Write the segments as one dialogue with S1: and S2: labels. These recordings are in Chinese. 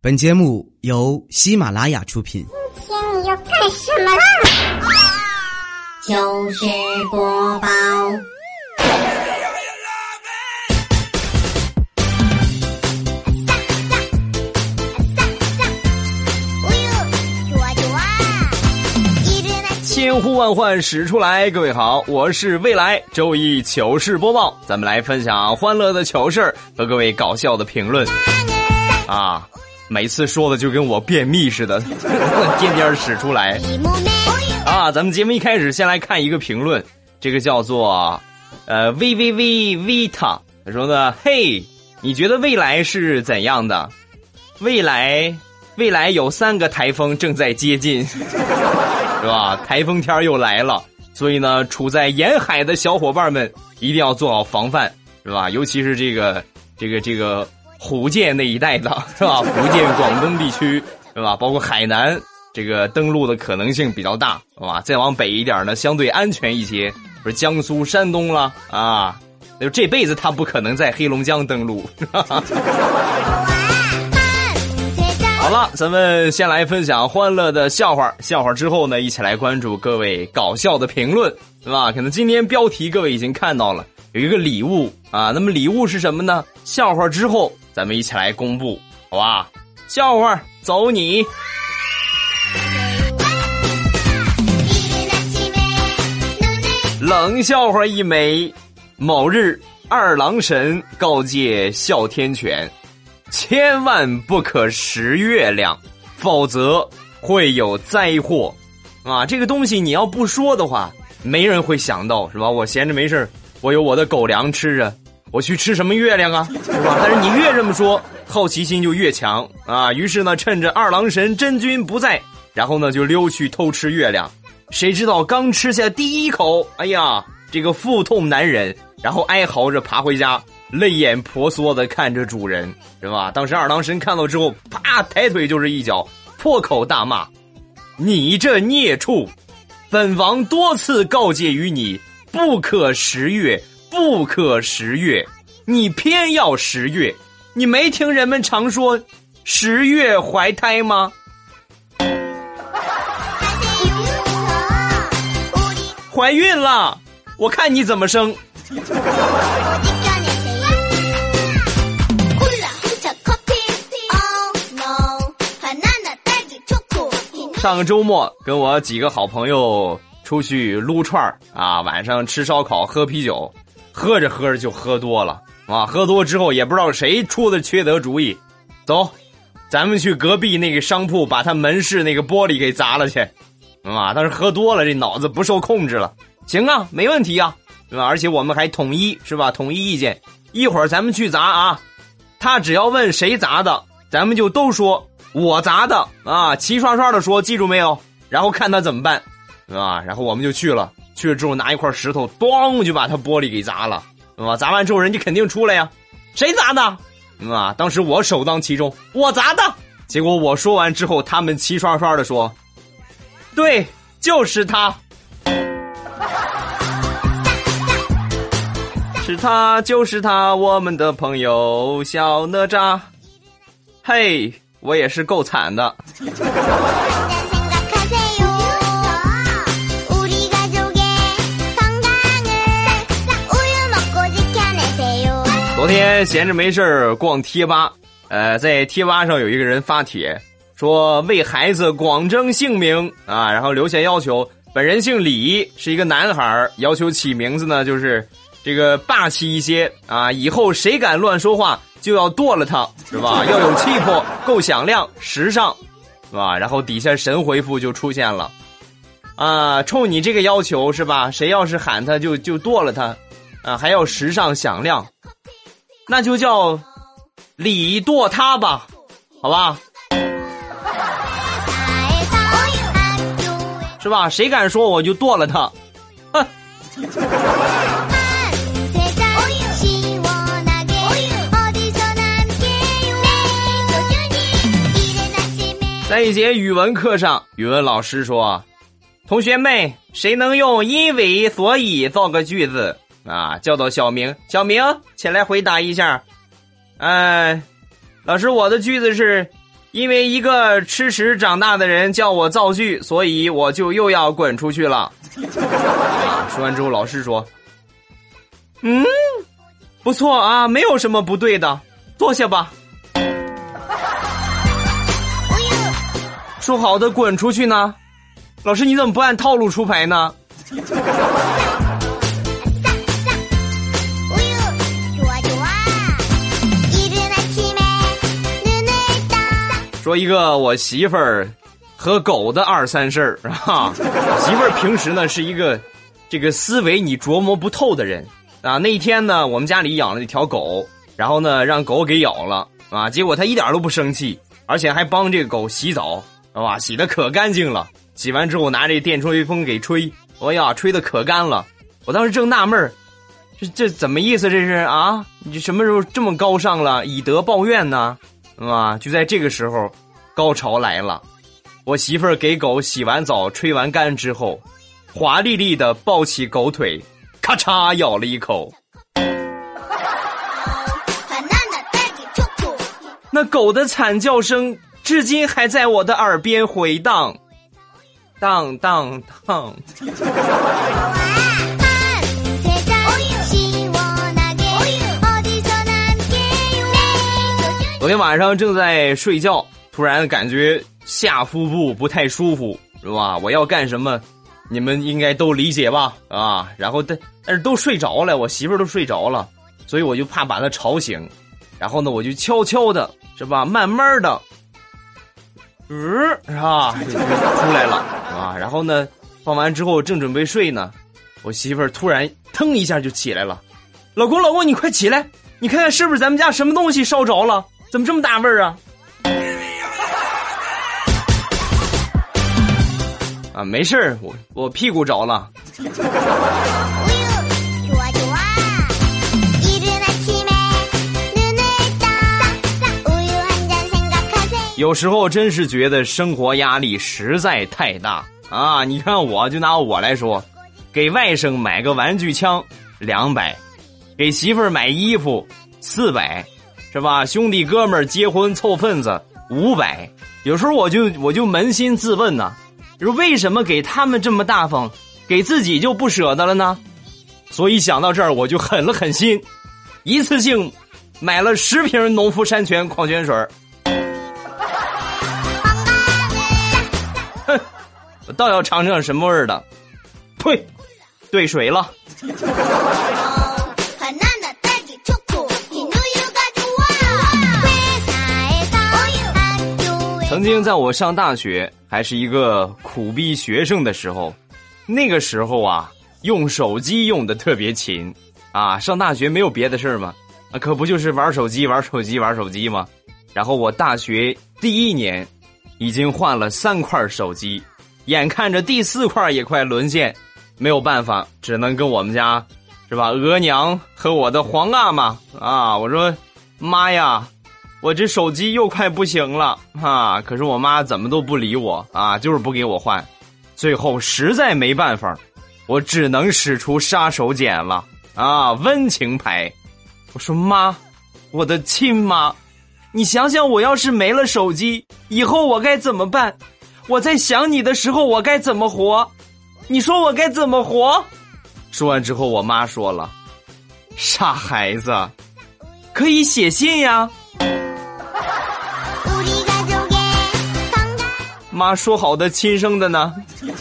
S1: 本节目由喜马拉雅出品。
S2: 今天你要干什么啦？
S3: 糗事播报。
S4: 千呼万唤始出来，各位好，我是未来周一糗事播报，咱们来分享欢乐的糗事和各位搞笑的评论啊！每次说的就跟我便秘似的，天天使出来啊！咱们节目一开始先来看一个评论，这个叫做Vita， 他说呢，嘿，你觉得未来是怎样的？未来有3个台风正在接近。是吧？台风天又来了，所以呢，处在沿海的小伙伴们一定要做好防范，是吧？尤其是这个福建那一带的，是吧？福建、广东地区，是吧？包括海南，这个登陆的可能性比较大，是吧？再往北一点呢，相对安全一些，不是江苏、山东了啊？就这辈子他不可能在黑龙江登陆。好了，咱们先来分享欢乐的笑话之后呢，一起来关注各位搞笑的评论，对吧？可能今天标题各位已经看到了，有一个礼物啊，那么礼物是什么呢？笑话之后咱们一起来公布，好吧？笑话走你。冷笑话一枚，某日二郎神告诫哮天犬，千万不可食月亮，否则会有灾祸啊！这个东西你要不说的话，没人会想到，是吧？我闲着没事，我有我的狗粮吃着，我去吃什么月亮啊，是吧？但是你越这么说，好奇心就越强啊！于是呢，趁着二郎神真君不在，然后呢就溜去偷吃月亮。谁知道刚吃下第一口，哎呀，这个腹痛难忍，然后哀嚎着爬回家，泪眼婆娑地看着主人，是吧？当时二郎神看到之后，啪，抬腿就是一脚，破口大骂：“你这孽畜！本王多次告诫于你，不可食月，不可食月，你偏要食月！你没听人们常说食月怀胎吗？”怀孕了，我看你怎么生。上个周末跟我几个好朋友出去撸串啊，晚上吃烧烤喝啤酒，喝着喝着就喝多了啊！喝多之后也不知道谁出的缺德主意，走，咱们去隔壁那个商铺把他门市那个玻璃给砸了去啊！但是喝多了这脑子不受控制了，行啊，没问题啊，对吧？而且我们还统一，是吧？统一意见，一会儿咱们去砸啊，他只要问谁砸的，咱们就都说我砸的啊，齐刷刷的说，记住没有？然后看他怎么办，对吧？然后我们就去了之后拿一块石头，咣就把他玻璃给砸了，对吧？砸完之后人家肯定出来呀，谁砸的？对吧？当时我首当其冲，我砸的。结果我说完之后，他们齐刷刷的说，对，就是他，是他，就是他，我们的朋友小哪吒。嘿，我也是够惨的。昨天闲着没事逛贴吧，在贴吧上有一个人发帖说为孩子广征姓名啊，然后留下要求，本人姓李，是一个男孩，要求起名字呢就是这个霸气一些啊，以后谁敢乱说话就要剁了他，是吧？要有气魄，够响亮，时尚，是吧？然后底下神回复就出现了，啊，冲你这个要求是吧？谁要是喊他就剁了他，啊，还要时尚响亮，那就叫李剁他吧，好吧？是吧？谁敢说我就剁了他，哼！在一节语文课上，语文老师说，同学们，谁能用因为所以造个句子啊？叫到小明，小明起来回答一下。老师，我的句子是因为一个吃屎长大的人叫我造句，所以我就又要滚出去了。说完之后，老师说：“不错啊，没有什么不对的，坐下吧。”说好的滚出去呢？老师你怎么不按套路出牌呢？说一个我媳妇儿和狗的二三事儿啊。我媳妇儿平时呢是一个这个思维你琢磨不透的人啊。那一天呢，我们家里养了一条狗，然后呢让狗给咬了啊，结果她一点都不生气，而且还帮这个狗洗澡，哇，洗得可干净了。洗完之后拿这电吹风给吹，哎呀，吹得可干了。我当时正纳闷儿，这怎么意思？这是啊？你什么时候这么高尚了？以德报怨呢？啊！就在这个时候，高潮来了。我媳妇儿给狗洗完澡、吹完干之后，华丽丽的抱起狗腿，咔嚓咬了一口。那狗的惨叫声至今还在我的耳边回荡，当当当。昨天晚上正在睡觉，突然感觉下腹部不太舒服，是吧？我要干什么，你们应该都理解吧？啊，然后但是都睡着了，我媳妇儿都睡着了，所以我就怕把她吵醒，然后呢，我就悄悄的，是吧？慢慢的，是吧？就出来了啊。然后呢，放完之后正准备睡呢，我媳妇儿突然腾一下就起来了，老公，你快起来，你看看是不是咱们家什么东西烧着了？怎么这么大味儿啊？啊，没事儿，我屁股着了。有时候真是觉得生活压力实在太大啊！你看我就拿我来说，给外甥买个玩具枪200，给媳妇儿买衣服400。是吧？兄弟哥们儿结婚凑份子500，有时候我就扪心自问呢，就是为什么给他们这么大方，给自己就不舍得了呢？所以想到这儿，我就狠了狠心，一次性买了10瓶农夫山泉矿泉水。哼，我倒要尝尝什么味儿的，呸，兑水了。曾经在我上大学还是一个苦逼学生的时候，那个时候啊，用手机用的特别勤啊。上大学没有别的事儿吗？啊，可不就是玩手机吗？然后我大学第1年已经换了3块手机，眼看着第4块也快沦陷，没有办法，只能跟我们家是吧额娘和我的皇阿玛啊，我说妈呀，我这手机又快不行了啊！可是我妈怎么都不理我啊，就是不给我换。最后实在没办法，我只能使出杀手锏了啊！温情牌，我说妈，我的亲妈，你想想我要是没了手机，以后我该怎么办？我在想你的时候，我该怎么活？你说我该怎么活？说完之后，我妈说了：“傻孩子，可以写信呀。”妈说好的亲生的呢？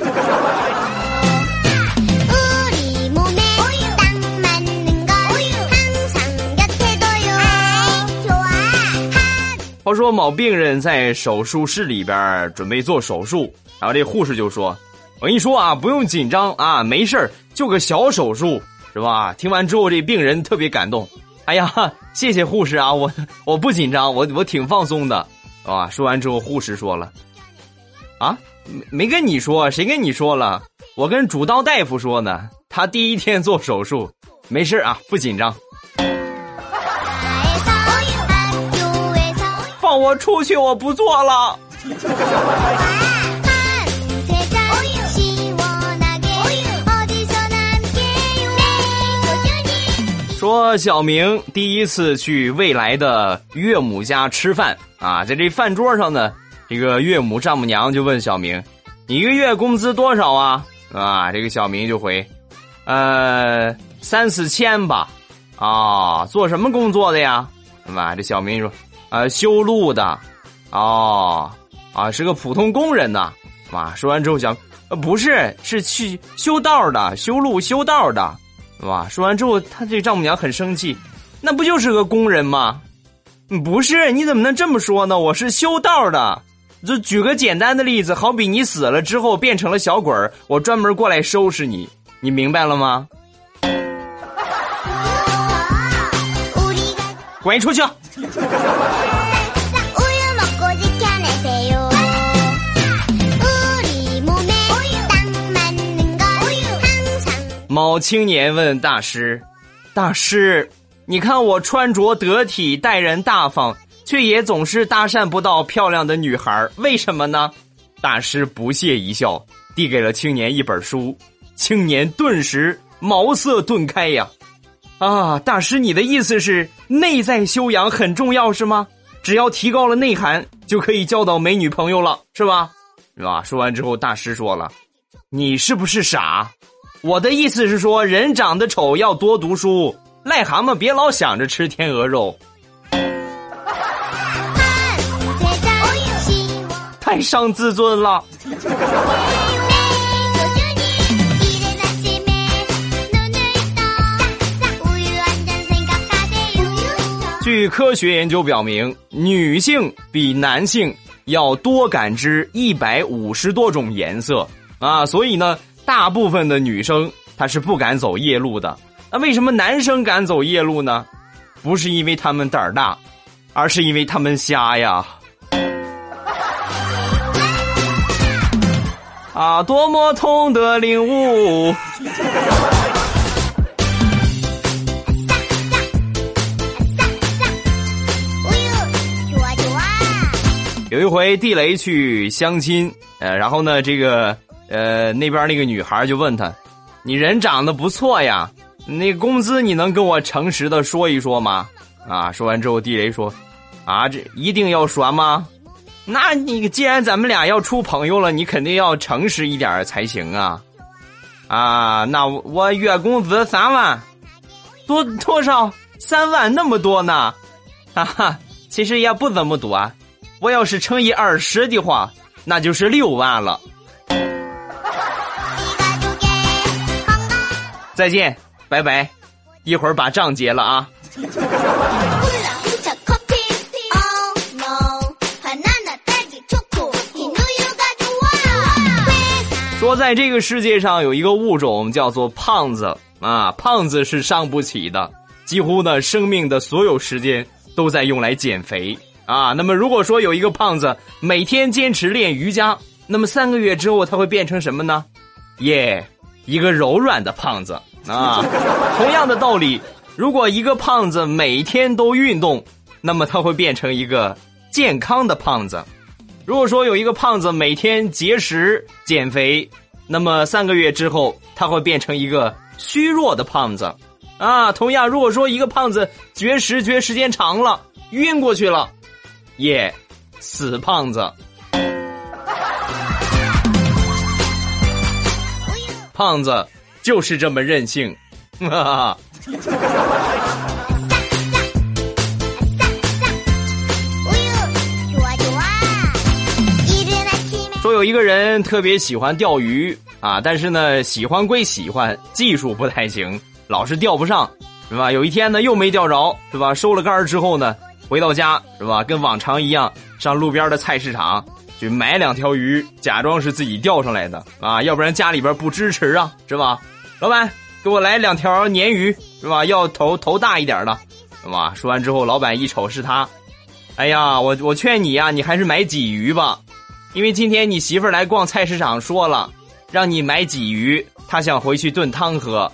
S4: 话说某病人在手术室里边准备做手术，然后这护士就说：“我跟你说啊，不用紧张啊，没事儿，就个小手术，是吧？”听完之后，这病人特别感动。哎呀，谢谢护士啊，我不紧张，我挺放松的啊。说完之后，护士说了：“啊，没跟你说，谁跟你说了？我跟主刀大夫说呢，他第1天做手术，没事啊，不紧张。”放我出去，我不做了。说小明第一次去未来的岳母家吃饭啊，在这饭桌上呢，这个岳母丈母娘就问小明，你一个月工资多少啊？啊，这个小明就回，3、4千吧。啊，做什么工作的呀？对吧？这小明说，修路的。哦，啊，是个普通工人呐。哇，说完之后想，不是，是去修道的，修路修道的。哇，说完之后，他这丈母娘很生气，那不就是个工人吗？不是，你怎么能这么说呢？我是修道的。就举个简单的例子，好比你死了之后变成了小鬼儿，我专门过来收拾你，你明白了吗？滚出去！某青年问大师，大师，你看我穿着得体，待人大方，却也总是搭讪不到漂亮的女孩，为什么呢？大师不屑一笑，递给了青年一本书。青年顿时茅塞顿开呀！啊，大师，你的意思是内在修养很重要是吗？只要提高了内涵，就可以交到美女朋友了，是吧？是吧？说完之后，大师说了，你是不是傻？我的意思是说，人长得丑要多读书，癞蛤蟆别老想着吃天鹅肉。太伤自尊了。据科学研究表明，女性比男性要多感知150多种颜色啊，所以呢，大部分的女生她是不敢走夜路的。那为什么男生敢走夜路呢？不是因为他们胆儿大，而是因为他们瞎呀。啊，多么痛的领悟！有一回地雷去相亲，然后呢，这个那边那个女孩就问他，你人长得不错呀，那工资你能跟我诚实的说一说吗？啊，说完之后地雷说，啊，这一定要说吗？那你既然咱们俩要处朋友了，你肯定要诚实一点才行啊！啊，那我月工资3万，多少？3万那么多呢？哈哈，其实也不怎么多啊。我要是乘以20的话，那就是6万了。再见，拜拜，一会儿把账结了啊。说在这个世界上有一个物种叫做胖子啊，胖子是伤不起的，几乎呢生命的所有时间都在用来减肥啊。那么如果说有一个胖子每天坚持练瑜伽，那么3个月之后他会变成什么呢？一个柔软的胖子啊。同样的道理，如果一个胖子每天都运动，那么他会变成一个健康的胖子。如果说有一个胖子每天节食减肥，那么3个月之后他会变成一个虚弱的胖子啊。同样，如果说一个胖子绝食时间长了，晕过去了，死胖子。胖子就是这么任性，哈哈。说有一个人特别喜欢钓鱼啊，但是呢，喜欢归喜欢，技术不太行，老是钓不上，是吧？有一天呢，又没钓着，是吧？收了竿之后呢，回到家，是吧？跟往常一样，上路边的菜市场去买2条鱼，假装是自己钓上来的啊，要不然家里边不支持啊，是吧？老板，给我来2条鲶鱼，是吧？要头大一点的，是吧？说完之后，老板一瞅是他，哎呀，我劝你呀，你还是买鲫鱼吧。因为今天你媳妇儿来逛菜市场说了，让你买鲫鱼，她想回去炖汤喝。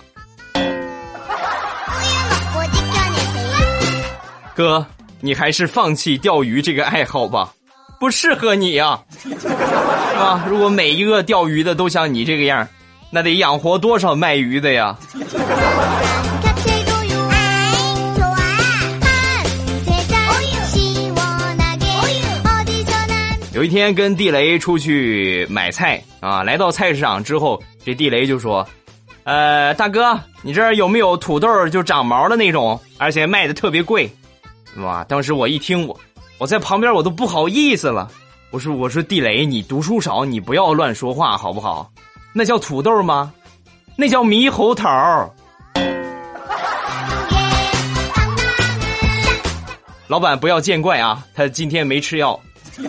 S4: 哥，你还是放弃钓鱼这个爱好吧，不适合你呀。啊，如果每一个钓鱼的都像你这个样，那得养活多少卖鱼的呀。 有一天跟地雷出去买菜啊，来到菜市场之后，这地雷就说：“大哥，你这儿有没有土豆就长毛的那种，而且卖的特别贵？”哇！当时我一听，我在旁边我都不好意思了。我说地雷，你读书少，你不要乱说话好不好？那叫土豆吗？那叫猕猴桃。老板不要见怪啊，他今天没吃药。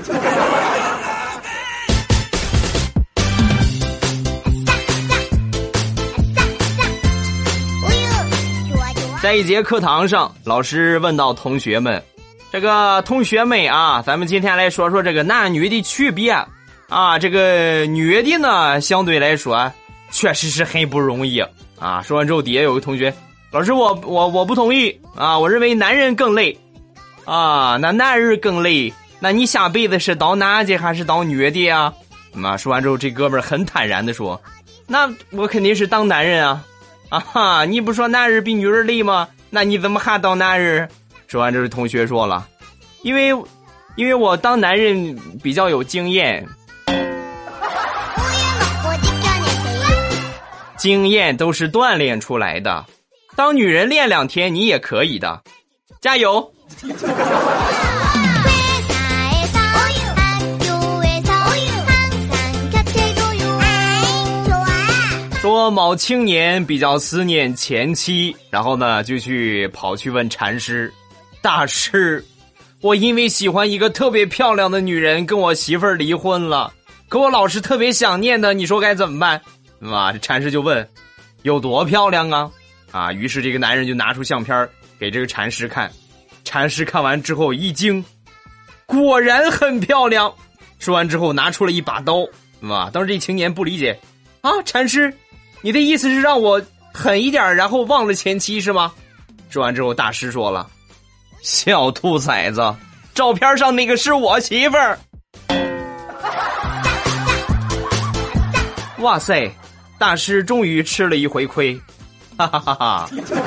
S4: 在一节课堂上，老师问到同学们：“这个同学们啊，咱们今天来说说这个男女的区别啊。这个女的呢，相对来说确实是很不容易啊。”说完之后，底下有个同学：“老师，我不同意啊，我认为男人更累啊。那男人更累，那你下辈子是当男的还是当女的啊？”说完之后，这哥们儿很坦然的说：“那我肯定是当男人啊。”啊哈！你不说男人比女人累吗？那你怎么还当男人？说完，这位同学说了：“因为我当男人比较有经验。”经验都是锻炼出来的，当女人练2天你也可以的，加油！说某青年比较思念前妻，然后呢就跑去问禅师：“大师，我因为喜欢一个特别漂亮的女人，跟我媳妇儿离婚了，可我老是特别想念她，你说该怎么办？”这禅师就问：“有多漂亮啊？”于是这个男人就拿出相片给这个禅师看，禅师看完之后一惊，果然很漂亮。说完之后拿出了一把刀，当时这青年不理解：“啊，禅师，你的意思是让我狠一点，然后忘了前妻是吗？”说完之后，大师说了：“小兔崽子，照片上那个是我媳妇儿。”哇塞，大师终于吃了一回亏，哈哈哈哈。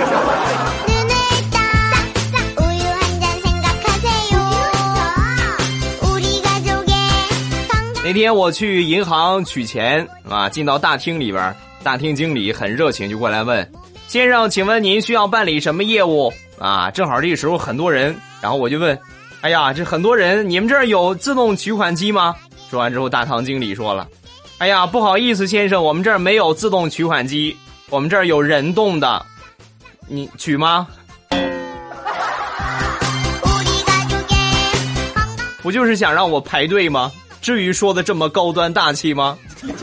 S4: 那天我去银行取钱进到大厅里边，大厅经理很热情，就过来问：“先生，请问您需要办理什么业务？”正好这个时候很多人，然后我就问：“哎呀，这很多人，你们这儿有自动取款机吗？”说完之后，大堂经理说了：“哎呀，不好意思，先生，我们这儿没有自动取款机，我们这儿有人动的，你取吗？”不就是想让我排队吗？至于说的这么高端大气吗？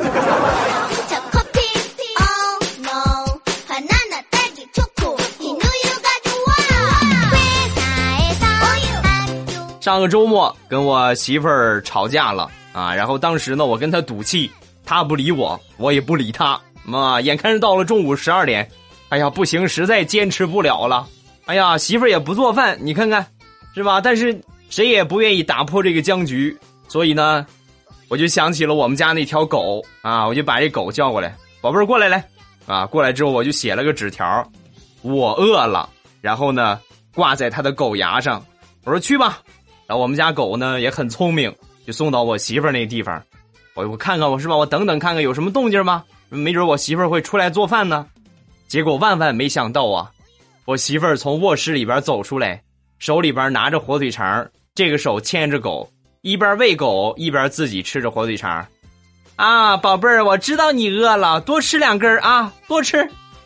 S4: 上个周末跟我媳妇儿吵架了然后当时呢我跟她赌气，她不理我，我也不理她眼看着到了中午12点，哎呀不行，实在坚持不了了，哎呀媳妇儿也不做饭，你看看是吧？但是谁也不愿意打破这个僵局，所以呢我就想起了我们家那条狗我就把这狗叫过来：“宝贝儿过来来。”过来之后我就写了个纸条：“我饿了。”然后呢挂在它的狗牙上，我说去吧。然后我们家狗呢也很聪明，就送到我媳妇儿那地方。我看看我等等看看有什么动静吗？没准我媳妇儿会出来做饭呢。结果万万没想到我媳妇儿从卧室里边走出来，手里边拿着火腿肠，这个手牵着狗，一边喂狗一边自己吃着火腿肠。宝贝儿，我知道你饿了，多吃2根多吃。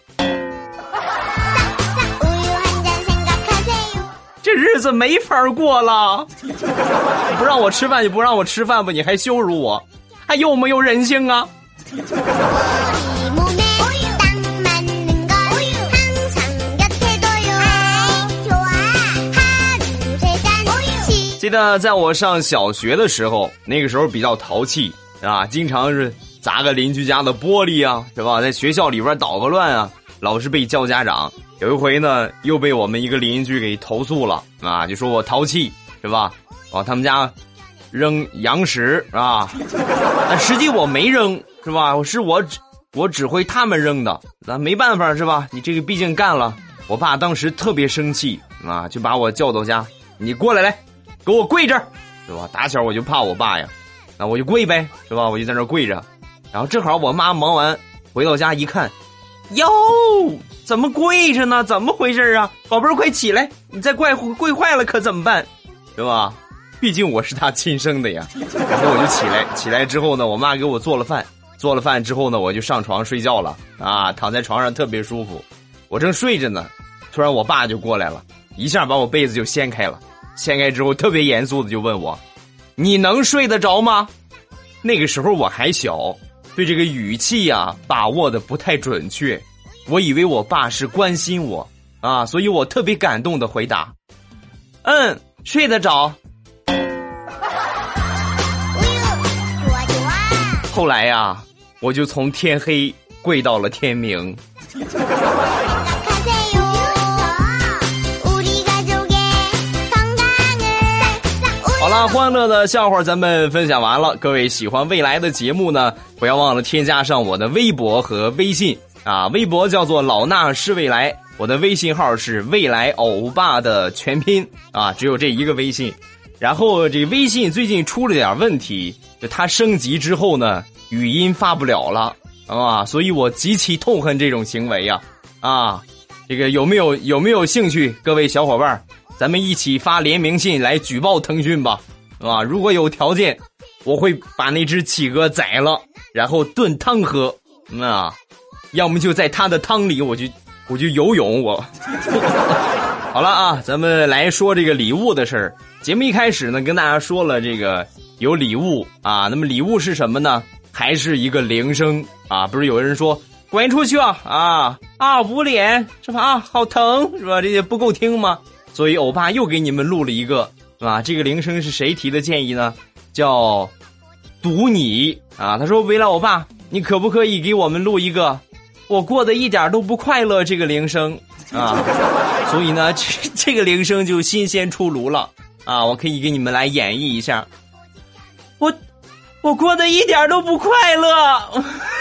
S4: 这日子没法过了，不让我吃饭就不让我吃饭吧，你还羞辱我，还有没有人性啊？记得在我上小学的时候，那个时候比较淘气经常是砸个邻居家的玻璃是吧？在学校里边捣个乱老是被叫家长。有一回呢又被我们一个邻居给投诉了就说我淘气是吧？往他们家扔羊屎但实际我没扔是吧？我指挥他们扔的，那没办法是吧？你这个毕竟干了。我爸当时特别生气就把我叫到家：“你过来给我跪这儿是吧？打小我就怕我爸呀，那我就跪呗，是吧？我就在那跪着，然后正好我妈忙完回到家一看，哟，怎么跪着呢？怎么回事啊？宝贝儿，快起来！你再跪坏了可怎么办？是吧？毕竟我是他亲生的呀。然后我就起来之后呢，我妈给我做了饭之后呢，我就上床睡觉了啊，躺在床上特别舒服。我正睡着呢，突然我爸就过来了，一下把我被子就掀开了。掀开之后特别严肃的就问我，你能睡得着吗？那个时候我还小，对这个语气啊把握的不太准确，我以为我爸是关心我啊，所以我特别感动的回答，睡得着。后来呀，我就从天黑跪到了天明。好了，欢乐的笑话咱们分享完了。各位喜欢未来的节目呢，不要忘了添加上我的微博和微信啊。微博叫做老衲是未来，我的微信号是未来欧巴的全拼啊，只有这一个微信。然后这个微信最近出了点问题，就它升级之后呢，语音发不了了啊，所以我极其痛恨这种行为呀啊。这个有没有兴趣，各位小伙伴？咱们一起发联名信来举报腾讯吧，啊！如果有条件，我会把那只企鹅宰了，然后炖汤喝，啊，要么就在它的汤里，我就游泳我。好了啊，咱们来说这个礼物的事儿。节目一开始呢，跟大家说了这个有礼物啊，那么礼物是什么呢？还是一个铃声啊？不是有人说滚出去啊捂脸是吧？啊，好疼是吧？这些不够听吗？所以欧巴又给你们录了一个，是吧？这个铃声是谁提的建议呢？叫赌你啊！他说：“未来欧巴，你可不可以给我们录一个我过得一点都不快乐这个铃声啊？”所以呢，这个铃声就新鲜出炉了啊！我可以给你们来演绎一下。我过得一点都不快乐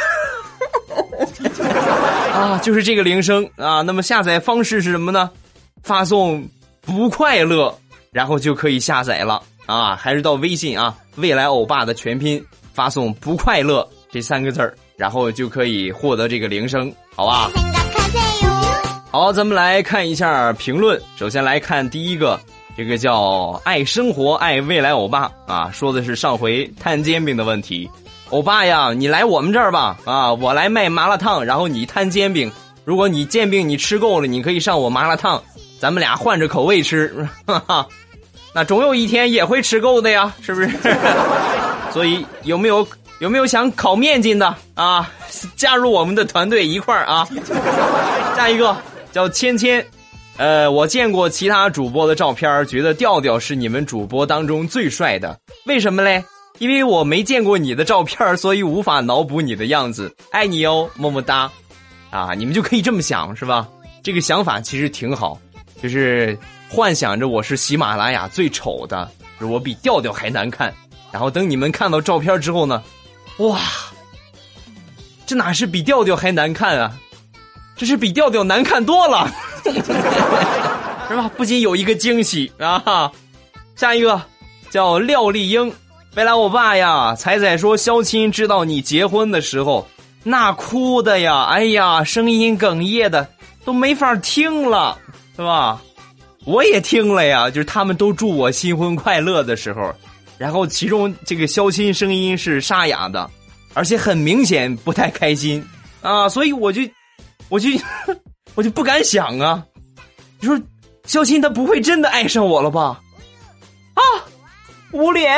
S4: 啊！就是这个铃声啊。那么下载方式是什么呢？发送不快乐，然后就可以下载了啊！还是到微信啊，未来欧巴的全拼，发送不快乐这3个字儿，然后就可以获得这个铃声，好吧？好，咱们来看一下评论。首先来看第一个，这个叫爱生活爱未来欧巴啊，说的是上回摊煎饼的问题。欧巴呀，你来我们这儿吧啊，我来卖麻辣烫，然后你摊煎饼。如果你煎饼你吃够了，你可以上我麻辣烫。咱们俩换着口味吃，哈哈，那总有一天也会吃够的呀，是不是？所以有没有想烤面筋的啊？加入我们的团队一块儿啊！下一个叫芊芊，我见过其他主播的照片，觉得调调是你们主播当中最帅的，为什么嘞？因为我没见过你的照片，所以无法脑补你的样子。爱你哦，么么哒！啊，你们就可以这么想，是吧？这个想法其实挺好。就是幻想着我是喜马拉雅最丑的，就是我比调调还难看，然后等你们看到照片之后呢，哇，这哪是比调调还难看啊，这是比调调难看多了是吧？不仅有一个惊喜啊。下一个叫廖丽英，未来欧巴呀，彩彩说肖亲知道你结婚的时候那哭的呀，哎呀，声音哽咽的都没法听了，是吧？我也听了呀，就是他们都祝我新婚快乐的时候，然后其中这个肖亲声音是沙哑的，而且很明显不太开心啊，所以我就不敢想啊。你说肖亲他不会真的爱上我了吧？啊，捂脸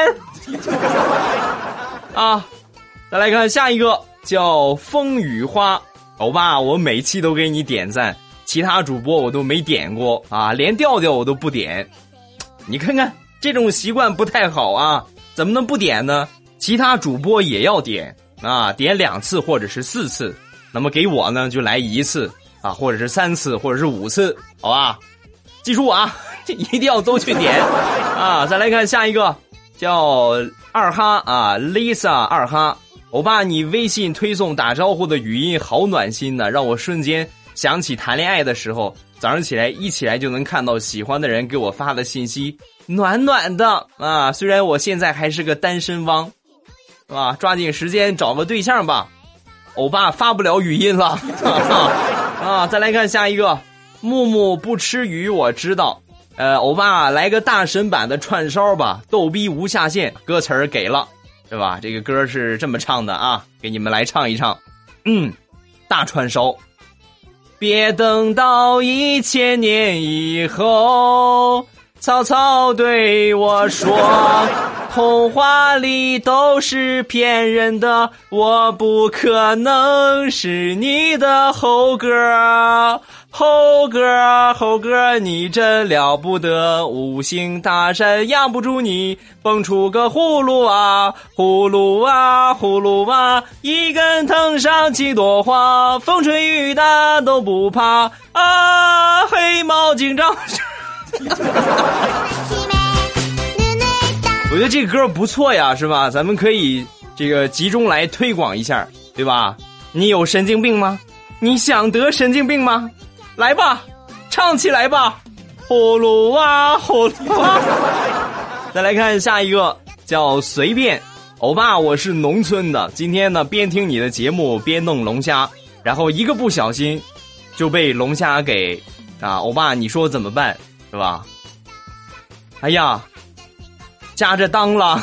S4: 啊！再来看下一个叫风雨花，欧巴，我每期都给你点赞。其他主播我都没点过啊，连调调我都不点。你看看这种习惯不太好啊，怎么能不点呢？其他主播也要点啊，点2次或者是4次，那么给我呢就来1次啊，或者是3次或者是5次，好吧？记住啊，一定要都去点啊！再来看下一个叫二哈啊 ，Lisa 二哈，欧巴，你微信推送打招呼的语音好暖心呢，让我瞬间想起谈恋爱的时候，早上起来就能看到喜欢的人给我发的信息， 暖暖的啊！虽然我现在还是个单身汪，啊，抓紧时间找个对象吧。欧巴发不了语音了啊！再来看下一个，木木不吃鱼，我知道。欧巴来个大神版的串烧吧，逗逼无下限，歌词儿给了，对吧？这个歌是这么唱的啊，给你们来唱一唱。大串烧。别等到1000年以后，曹操对我说，童话里都是骗人的，我不可能是你的猴哥。猴哥你真了不得，5行大山压不住你，蹦出个葫芦啊，葫芦啊，葫芦啊，一根藤上几朵花，风吹雨打都不怕啊，黑猫警长。我觉得这个歌不错呀，是吧？咱们可以这个集中来推广一下，对吧？你有神经病吗？你想得神经病吗？来吧，唱起来吧，葫芦啊，葫芦啊。再来看下一个，叫随便。欧巴，我是农村的，今天呢边听你的节目边弄龙虾，然后一个不小心就被龙虾给欧巴，你说怎么办，是吧？哎呀，夹着裆了，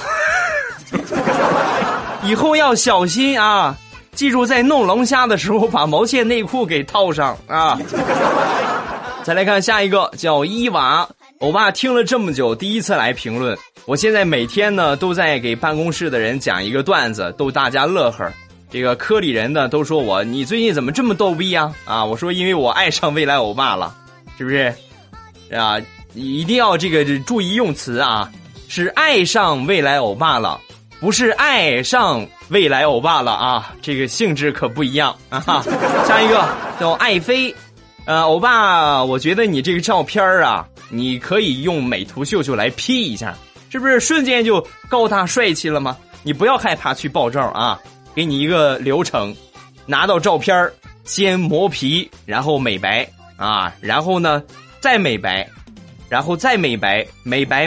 S4: 以后要小心啊！记住，在弄龙虾的时候把毛线内裤给套上啊！再来看下一个，叫伊娃。欧巴听了这么久，第一次来评论。我现在每天呢都在给办公室的人讲一个段子，逗大家乐呵。这个科里人呢都说我，你最近怎么这么逗逼啊？啊，我说因为我爱上未来欧巴了，是不是？啊，一定要这个注意用词啊，是爱上未来欧巴了。不是爱上未来欧巴了啊，这个性质可不一样啊。下一个叫爱妃，欧巴，我觉得你这个照片啊，你可以用美图秀秀来 P 一下，是不是瞬间就高大帅气了吗？你不要害怕去爆照啊，给你一个流程，拿到照片先磨皮，然后美白啊，然后呢再美白。然后再美白，美白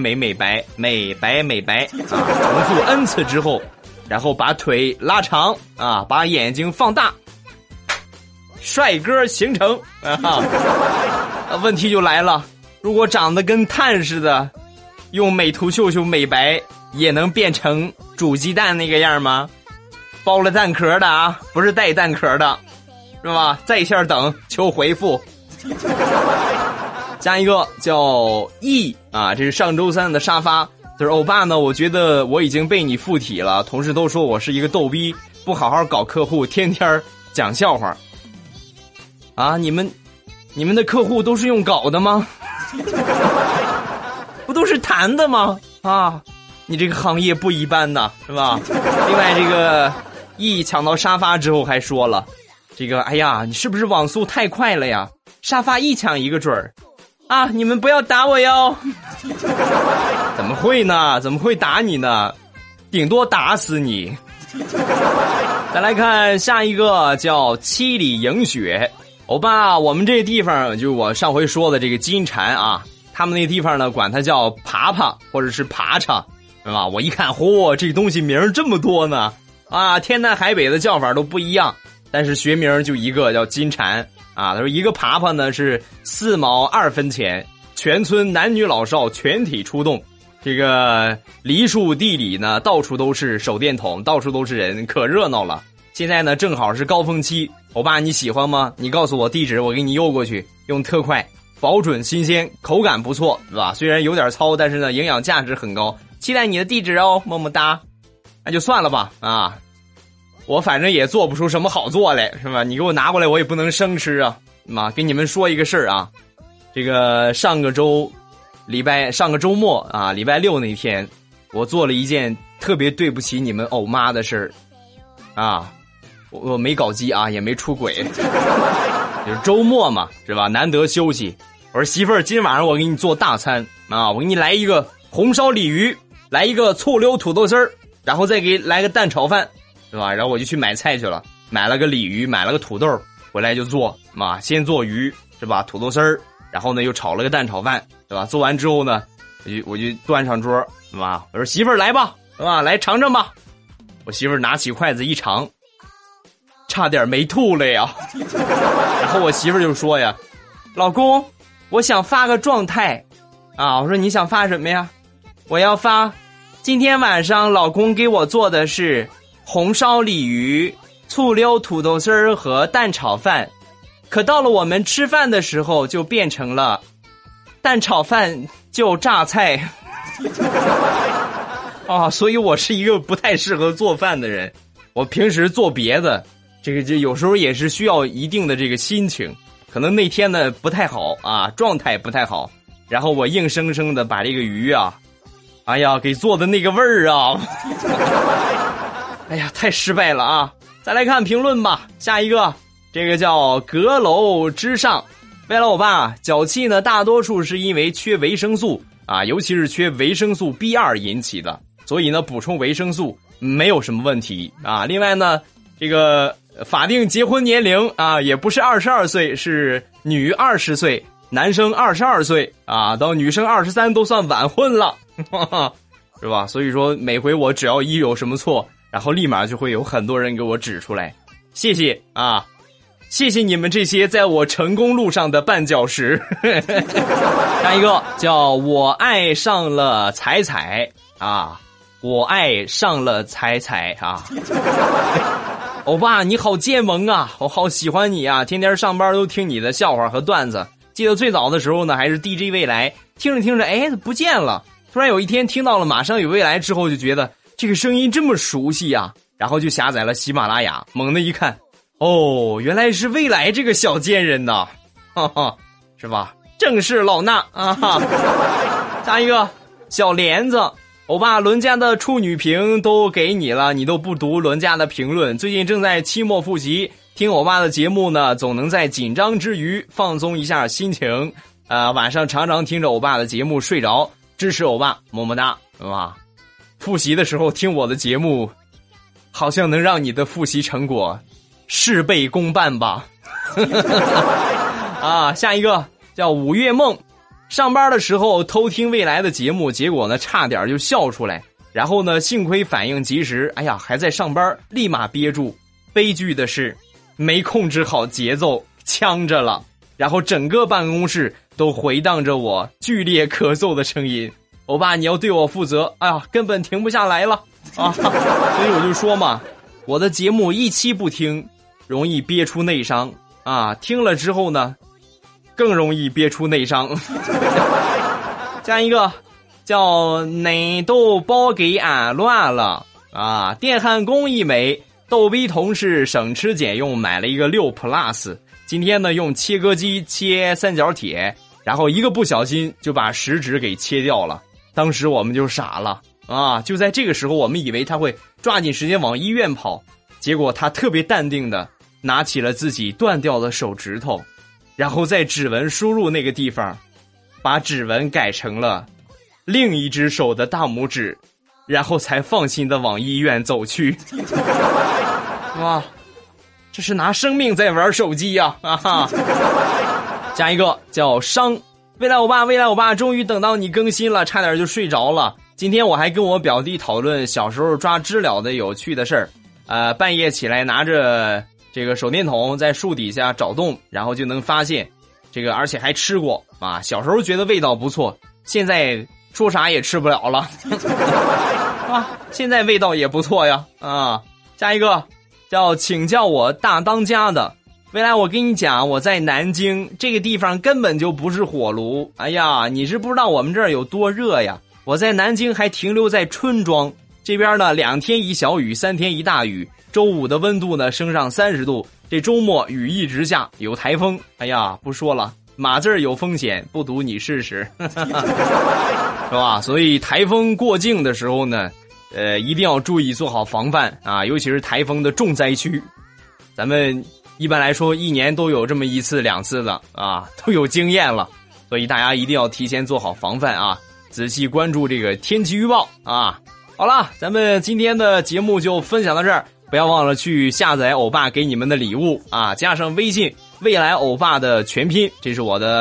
S4: 啊！重复 N 次之后，然后把腿拉长啊，把眼睛放大，帅哥形成啊！问题就来了，如果长得跟碳似的，用美图秀秀美白也能变成煮鸡蛋那个样吗？包了蛋壳的啊，不是带蛋壳的，是吧？在线等求回复。加一个叫 E 啊，这是上周三的沙发。就是欧巴呢，我觉得我已经被你附体了，同事都说我是一个逗逼，不好好搞客户，天天讲笑话。啊，你们的客户都是用搞的吗？不都是谈的吗？啊，你这个行业不一般呐，是吧？另外这个 E 抢到沙发之后还说了，这个哎呀，你是不是网速太快了呀？沙发一抢一个准儿。啊！你们不要打我哟！怎么会呢？怎么会打你呢？顶多打死你。再来看下一个，叫七里迎雪。欧巴，我们这地方就我上回说的这个金蝉啊，他们那地方呢管它叫爬爬或者是爬叉，是吧？我一看，嚯，这个东西名这么多呢！啊，天南海北的叫法都不一样，但是学名就一个叫金蝉。啊，他说一个爬爬呢是4毛2分钱，全村男女老少全体出动。这个梨树地里呢，到处都是手电筒，到处都是人，可热闹了。现在呢，正好是高峰期。欧巴，你喜欢吗？你告诉我地址，我给你邮过去，用特快，保准新鲜，口感不错，对吧？虽然有点糙，但是呢，营养价值很高。期待你的地址哦，么么哒。那就算了吧，啊。我反正也做不出什么好做来，是吧？你给我拿过来，我也不能生吃啊！妈，跟你们说一个事儿啊，这个上个周末啊，礼拜六那天，我做了一件特别对不起你们欧妈的事儿啊！我没搞基啊，也没出轨，就是周末嘛，是吧？难得休息。我说媳妇儿，今晚上我给你做大餐啊！我给你来一个红烧鲤鱼，来一个醋溜土豆丝儿，然后再给来个蛋炒饭。对吧？然后我就去买菜去了，买了个鲤鱼，买了个土豆，回来就做嘛。先做鱼是吧？土豆丝儿，然后呢又炒了个蛋炒饭，对吧？做完之后呢， 我就端上桌，是吧？我说媳妇儿来吧，是吧？来尝尝吧。我媳妇儿拿起筷子一尝，差点没吐了呀。然后我媳妇儿就说呀：“老公，我想发个状态啊。”我说你想发什么呀？我要发今天晚上老公给我做的是红烧鲤鱼、醋溜土豆丝儿和蛋炒饭，可到了我们吃饭的时候就变成了蛋炒饭就榨菜。啊，所以我是一个不太适合做饭的人。我平时做别的，这有时候也是需要一定的这个心情，可能那天呢不太好啊，状态不太好，然后我硬生生的把这个鱼啊，哎呀，给做的那个味儿啊，哎呀，太失败了啊！再来看评论吧，下一个，这个叫阁楼之上，未来欧巴脚气呢，大多数是因为缺维生素啊，尤其是缺维生素 B2 引起的。所以呢，补充维生素没有什么问题啊。另外呢，这个法定结婚年龄啊，也不是22岁，是女20岁，男生22岁啊，到女生23都算晚婚了，是吧？所以说，每回我只要一有什么错，然后立马就会有很多人给我指出来。谢谢啊，谢谢你们这些在我成功路上的绊脚石。下一个叫我爱上了彩彩啊。我爱上了彩彩啊！欧巴，你好健萌啊，我好喜欢你啊！天天上班都听你的笑话和段子。记得最早的时候呢，还是 DJ 未来，听着听着，哎，不见了。突然有一天听到了《马上有未来》之后，就觉得这个声音这么熟悉啊，然后就下载了喜马拉雅，猛地一看，哦，原来是未来这个小贱人呐，哈哈，是吧？正是老衲啊！哈。下一个小莲子。欧巴，伦家的处女评都给你了，你都不读伦家的评论。最近正在期末复习，听欧巴的节目呢，总能在紧张之余放松一下心情。晚上常常听着欧巴的节目睡着，支持欧巴，么么哒，是吧？复习的时候听我的节目，好像能让你的复习成果事倍功半吧。啊，下一个叫五月梦。上班的时候偷听未来的节目，结果呢差点就笑出来，然后呢幸亏反应及时，哎呀还在上班，立马憋住。悲剧的是没控制好节奏，呛着了，然后整个办公室都回荡着我剧烈咳嗽的声音。欧巴，你要对我负责，哎呀根本停不下来了啊！所以我就说嘛，我的节目一期不听容易憋出内伤啊，听了之后呢更容易憋出内伤。下一个叫哪都包给俺乱了啊！电焊工艺美，逗逼同事省吃俭用买了一个6 Plus， 今天呢用切割机切三角铁，然后一个不小心就把食指给切掉了。当时我们就傻了啊！就在这个时候，我们以为他会抓紧时间往医院跑，结果他特别淡定的拿起了自己断掉的手指头，然后在指纹输入那个地方把指纹改成了另一只手的大拇指，然后才放心的往医院走去。哇，这是拿生命在玩手机呀！啊哈！下一个叫伤，未来欧巴终于等到你更新了，差点就睡着了。今天我还跟我表弟讨论小时候抓知了的有趣的事儿，半夜起来拿着这个手电筒在树底下找洞，然后就能发现这个，而且还吃过啊。小时候觉得味道不错，现在说啥也吃不了了。啊，现在味道也不错呀啊！下一个叫请叫我大当家的。未来我跟你讲，我在南京这个地方根本就不是火炉，哎呀，你是不知道我们这儿有多热呀。我在南京还停留在春庄，这边呢2天一小雨3天一大雨，周5的温度呢升上30度，这周末雨一直下，有台风，哎呀不说了，码字有风险，不读你试试。是吧？所以台风过境的时候呢一定要注意做好防范啊，尤其是台风的重灾区，咱们一般来说1年都有这么1次2次的啊，都有经验了，所以大家一定要提前做好防范啊，仔细关注这个天气预报啊。好了，咱们今天的节目就分享到这儿，不要忘了去下载欧巴给你们的礼物啊，加上微信未来欧巴的全拼，这是我的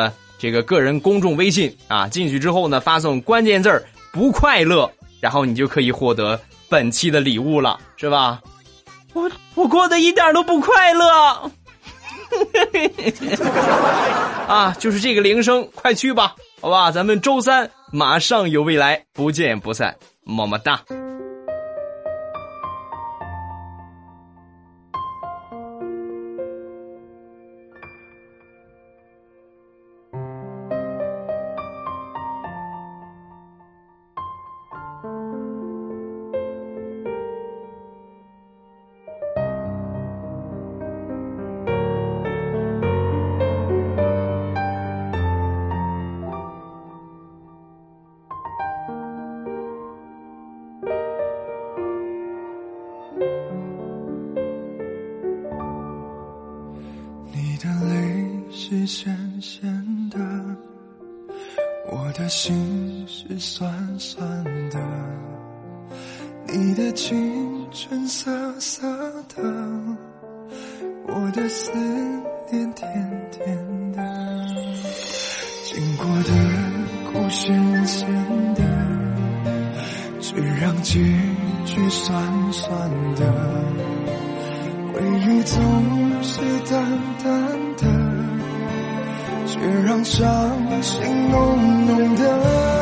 S4: 这个个人公众微信啊，进去之后呢，发送关键字不快乐，然后你就可以获得本期的礼物了，是吧？我过得一点都不快乐啊，就是这个铃声，快去吧，好吧，咱们周三马上有未来，不见不散，么么哒。
S5: 你的泪是咸咸的，我的心是酸酸的，你的青春涩涩的，我的思念甜甜的，经过的苦咸咸的，却让结局酸酸的，回忆总是淡淡的，却让伤心浓浓的。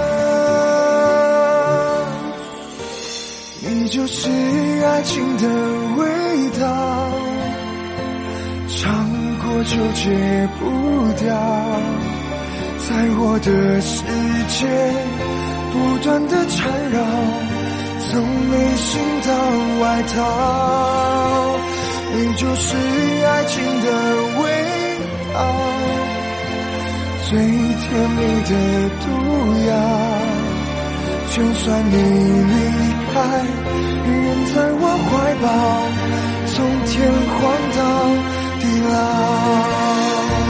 S5: 你就是爱情的味道，尝过就戒不掉，在我的世界不断的缠绕，从内心到外逃。你就是爱情的味道，最甜蜜的毒药，就算你离开，人在我怀抱，从天荒到地老。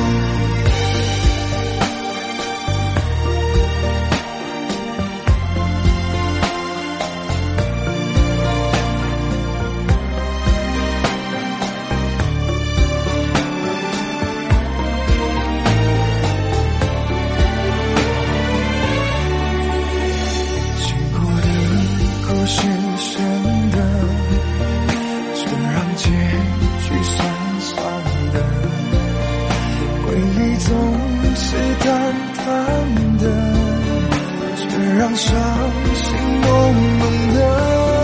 S5: 让伤心浓浓的，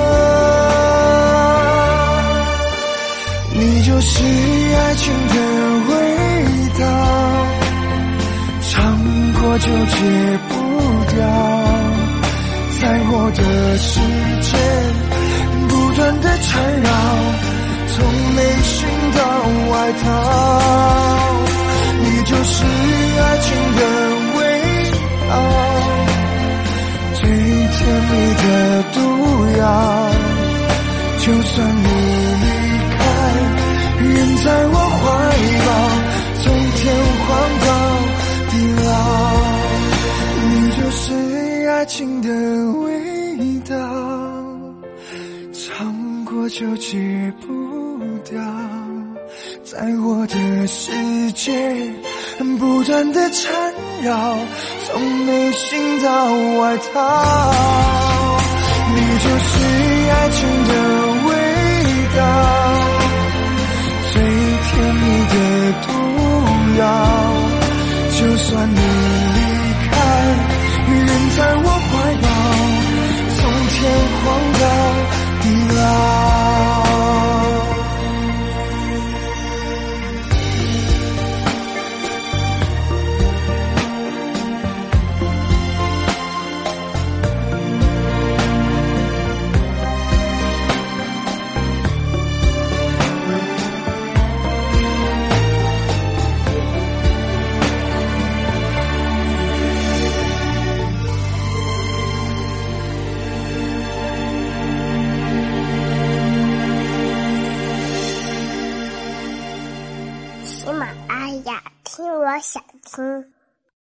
S5: 你就是爱情的味道，尝过就戒不掉，在我的世界不断的缠绕，从内心到外逃。你就是爱情的味道，最甜蜜的毒药，就算你离开，人在我怀抱，从天荒到地老。你就是爱情的味道，尝过就戒不掉，在我的世界不断的缠绕，从内心到外逃。你就是爱情的味道，最甜蜜的毒药，就算你离开，人在我怀抱，从天荒到地老。
S2: 喜马拉雅，听我想听。